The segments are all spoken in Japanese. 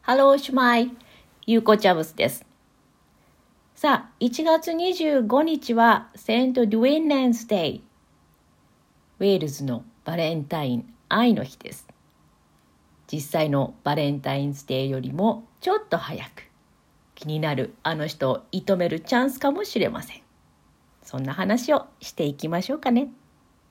ハローシュマイ、ゆうこチャブスです。さあ、1月25日はセント・ドゥインレンスデイ。ウェールズのバレンタイン愛の日です。実際のバレンタインスデーよりもちょっと早く、気になるあの人を射止めるチャンスかもしれません。そんな話をしていきましょうかね。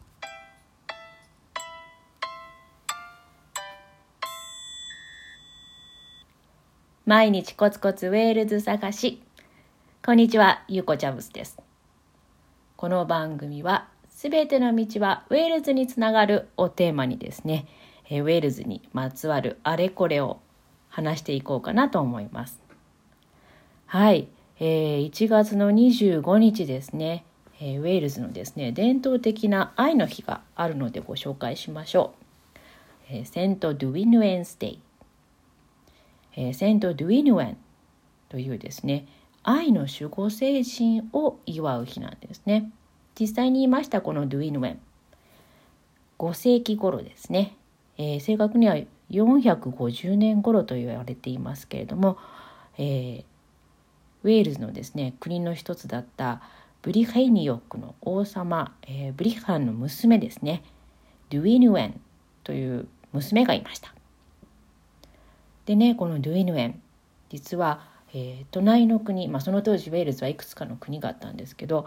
毎日コツコツウェールズ探し。こんにちは、ゆうこチャブスです。この番組はすべての道はウェールズにつながるをテーマにですね、ウェールズにまつわるあれこれを話していこうかなと思います。はい、1月の25日ですね、ウェールズのですね、伝統的な愛の日があるのでご紹介しましょう。セント・ドゥイヌエンスデイ。セント・ドゥイヌエンというですね、愛の守護聖人を祝う日なんですね。実際に言いましたこのドゥイヌエン、5世紀頃ですね、正確には450年頃と言われていますけれども、ウェールズのですね、国の一つだったブリヘイニヨックの王様、ブリハンの娘ですね、ドゥイヌエンという娘がいました。でね、このドゥイヌエン、実は、隣の国、その当時ウェールズはいくつかの国があったんですけど、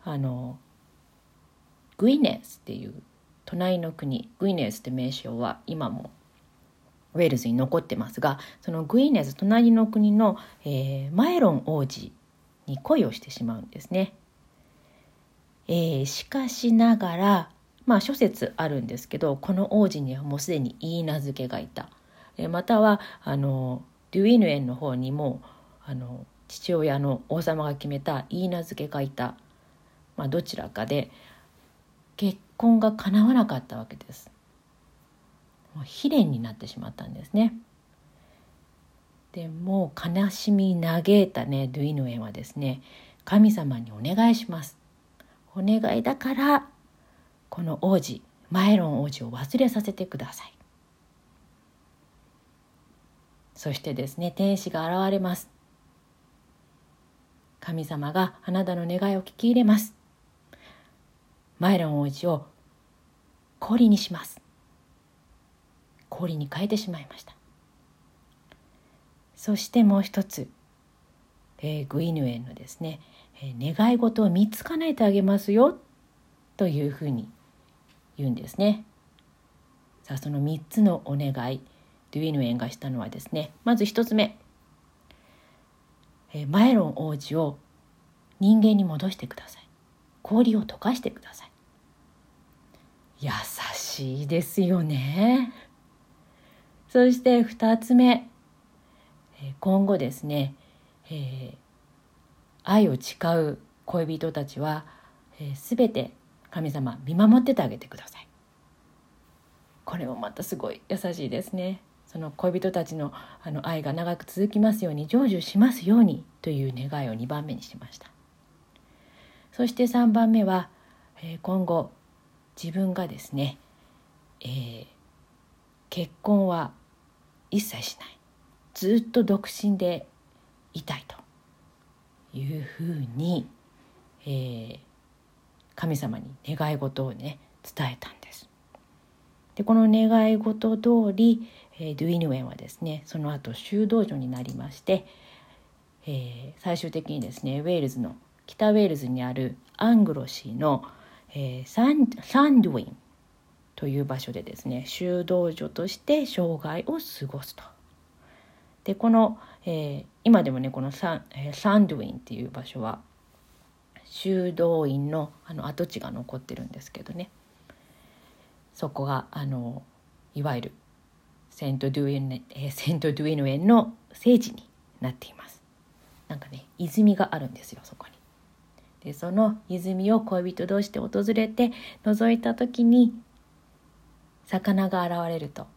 グイネスっていう隣の国、グイネスって名称は今もウェールズに残ってますが、そのグイネス隣の国の、マエロン王子に恋をしてしまうんですね。しかしながら、諸説あるんですけど、この王子にはもうすでに言い名付けがいた。またはデュイヌエンの方にも父親の王様が決めた言い名付けがいた、どちらかで結婚が叶わなかったわけです。もう悲恋になってしまったんですね。でもう悲しみ嘆いたねドゥイヌエンはですね、神様にお願いします。お願いだからこの王子、マエロン王子を忘れさせてください。そしてですね、天使が現れます。神様があなたの願いを聞き入れます。マエロン王子を氷にします。氷に変えてしまいました。そしてもう一つ、グイヌエンのですね、願い事を3つ叶えてあげますよというふうに言うんですね。さあ、その3つのお願い、ドゥイヌエンがしたのはですね、まず1つ目、マエロン王子を人間に戻してください。氷を溶かしてください。優しいですよね。そして2つ目、今後ですね、愛を誓う恋人たちは、すべて神様見守っててあげてください。これもまたすごい優しいですね。その恋人たちの愛が長く続きますように、成就しますようにという願いを2番目にしました。そして3番目は、今後自分がですね、結婚は一切しない、ずっと独身でいたいというふうに、神様に願い事をね伝えたんです。でこの願い事通り、ドゥイヌエンはですね、その後修道女になりまして、最終的にですね、ウェールズの北ウェールズにあるアングロシーの、サンドゥインという場所でですね、修道女として生涯を過ごすと。でこの、今でもね、このサンドゥインっていう場所は修道院の跡地が残ってるんですけどね、そこがいわゆるセントドゥイヌエンの聖地になっています。なんかね、泉があるんですよ、そこに。でその泉を恋人同士で訪れて覗いた時に魚が現れると、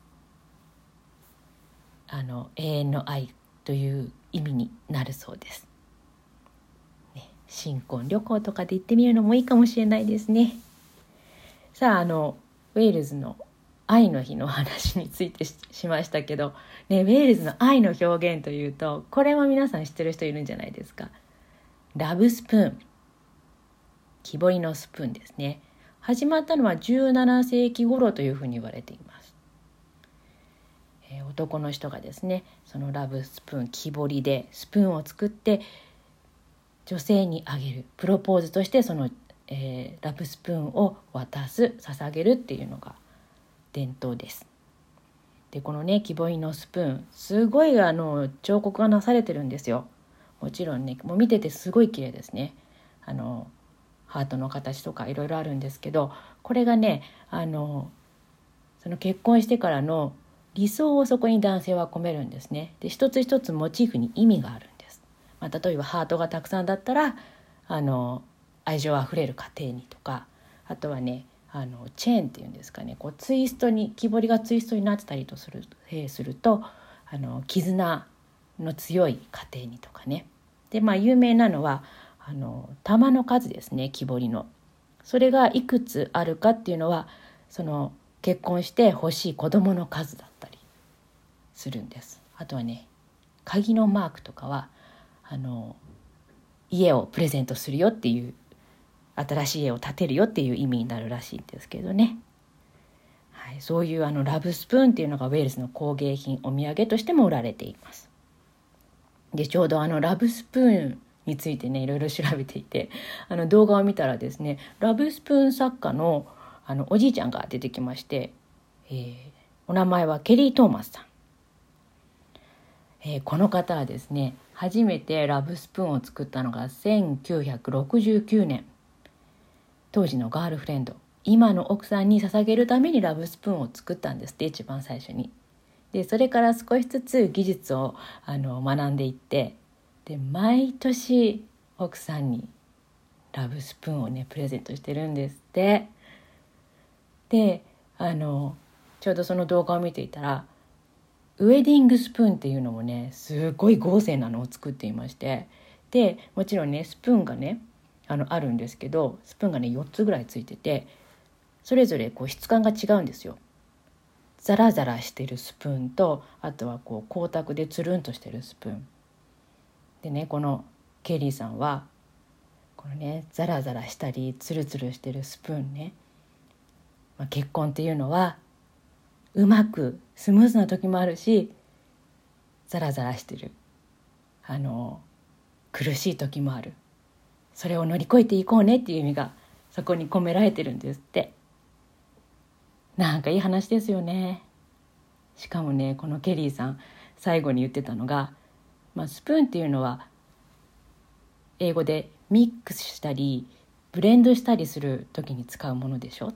永遠の愛という意味になるそうです、ね。新婚旅行とかで行ってみるのもいいかもしれないですね。さあ、ウェールズの愛の日の話について しましたけど、ね、ウェールズの愛の表現というと、これも皆さん知ってる人いるんじゃないですか。ラブスプーン、木彫りのスプーンですね。始まったのは17世紀頃というふうに言われています。男の人がですね、そのラブスプーン、木彫りでスプーンを作って女性にあげる、プロポーズとしてその、ラブスプーンを渡す、捧げるっていうのが伝統です。でこのね、木彫りのスプーン、すごい彫刻がなされてるんですよ。もちろんね、もう見ててすごい綺麗ですね。ハートの形とかいろいろあるんですけど、これがね、その結婚してからの理想をそこに男性は込めるんですね。で一つ一つモチーフに意味があるんです。例えばハートがたくさんだったら愛情あふれる家庭にとか、あとはねチェーンっていうんですかね、こうツイストに、木彫りがツイストになってたりとすると絆の強い家庭にとかね。で有名なのは玉の数ですね、木彫りの。それがいくつあるかっていうのは、その結婚して欲しい子供の数だったりするんです。あとはね、鍵のマークとかは家をプレゼントするよっていう、新しい家を建てるよっていう意味になるらしいんですけどね。はい、そういうラブスプーンっていうのがウェールズの工芸品、お土産としても売られています。でちょうどラブスプーンについてね、いろいろ調べていて、動画を見たらですね、ラブスプーン作家のおじいちゃんが出てきまして、お名前はケリー・トーマスさん。この方はですね、初めてラブスプーンを作ったのが1969年。当時のガールフレンド、今の奥さんに捧げるためにラブスプーンを作ったんですって、一番最初に。でそれから少しずつ技術を学んでいって、で毎年奥さんにラブスプーンをねプレゼントしてるんですって。でちょうどその動画を見ていたら、ウェディングスプーンっていうのもね、すごい豪勢なのを作っていまして、でもちろんね、スプーンがねあるんですけど、スプーンがね4つぐらいついてて、それぞれこう質感が違うんですよ。ザラザラしてるスプーンと、あとはこう光沢でつるんとしてるスプーンでね、このケリーさんはこのね、ザラザラしたりツルツルしてるスプーンね、結婚っていうのはうまくスムーズな時もあるし、ザラザラしてる苦しい時もある。それを乗り越えていこうねっていう意味がそこに込められてるんですって。なんかいい話ですよね。しかもね、このケリーさん最後に言ってたのが、スプーンっていうのは英語でミックスしたりブレンドしたりする時に使うものでしょ。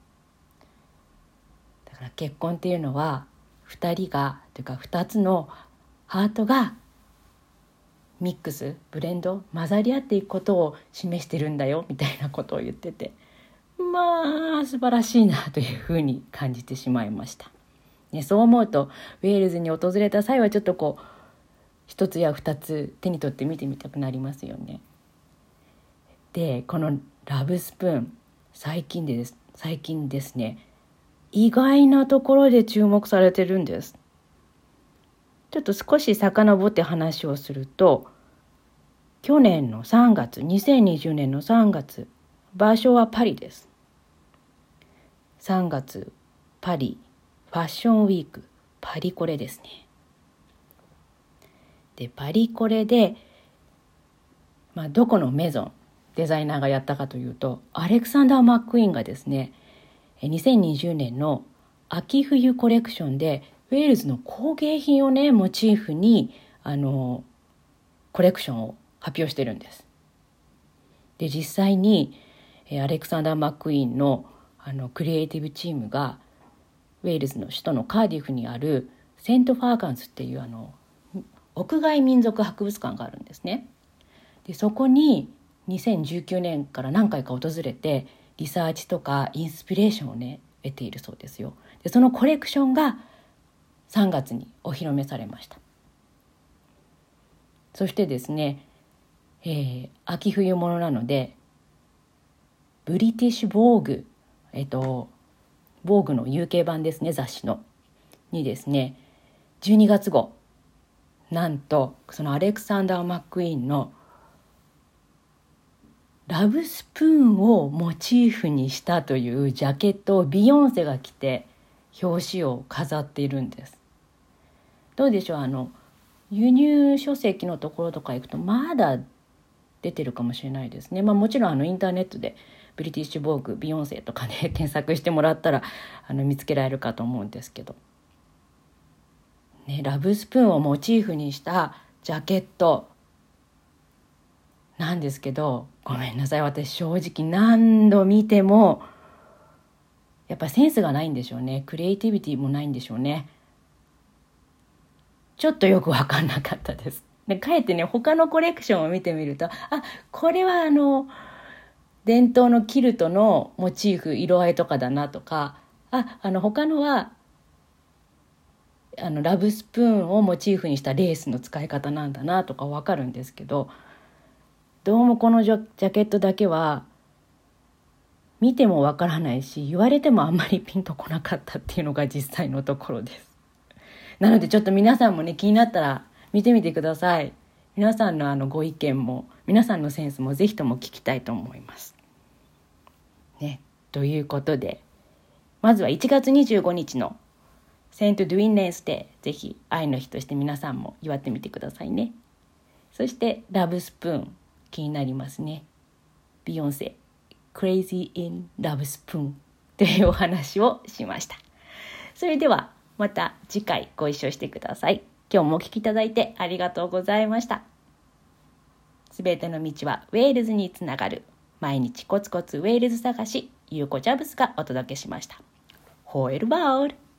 だから結婚っていうのは2人がというか2つのハートがミックス、ブレンド、混ざり合っていくことを示してるんだよみたいなことを言ってて、素晴らしいなというふうに感じてしまいました、ね。そう思うとウェールズに訪れた際はちょっとこう一つや二つ手に取って見てみたくなりますよね。でこのラブスプーン、最近ですね、意外なところで注目されてるんです。ちょっと少し遡って話をすると、去年の3月、2020年の3月、場所はパリです。3月、パリ、ファッションウィーク、パリコレですね。で、パリコレで、どこのメゾン、デザイナーがやったかというと、アレクサンダー・マックイーンがですね、2020年の秋冬コレクションで、ウェールズの工芸品をね、モチーフに、コレクションを発表してるんです。で、実際に、アレクサンダー・マックイーンのクリエイティブチームがウェールズの首都のカーディフにあるセント・ファーガンスっていう屋外民族博物館があるんですね。でそこに2019年から何回か訪れてリサーチとかインスピレーションをね得ているそうですよ。でそのコレクションが3月にお披露目されました。そしてですね、秋冬物なのでブリティッシュ・ボーグ、 ボーグの UK 版ですね、雑誌のにですね、12月号、なんとそのアレクサンダー・マックイーンのラブスプーンをモチーフにしたというジャケットをビヨンセが着て表紙を飾っているんです。どうでしょう、輸入書籍のところとか行くとまだ出てるかもしれないですね。もちろんインターネットでブリティッシュボーグビヨンセとかね検索してもらったら見つけられるかと思うんですけど、ね、ラブスプーンをモチーフにしたジャケットなんですけど、ごめんなさい、私正直何度見てもやっぱセンスがないんでしょうね。クリエイティビティもないんでしょうね。ちょっとよく分かんなかったです。でかえってね、他のコレクションを見てみると、これは伝統のキルトのモチーフ、色合いとかだなとか、他のはラブスプーンをモチーフにしたレースの使い方なんだなとか分かるんですけど、どうもこのジャケットだけは見ても分からないし、言われてもあんまりピンとこなかったっていうのが実際のところです。なのでちょっと皆さんもね、気になったら見てみてください。皆さんのご意見も皆さんのセンスもぜひとも聞きたいと思いますね。ということで、まずは1月25日のセント・ドゥイン・レンスデー、ぜひ愛の日として皆さんも祝ってみてくださいね。そしてラブスプーン、気になりますね。ビヨンセ Crazy in Love Spoon というお話をしました。それではまた次回ご一緒してください。今日もお聞きいただいてありがとうございました。すべての道はウェールズにつながる。毎日コツコツウェールズ探し、ゆうこジャブスがお届けしました。ホエルバール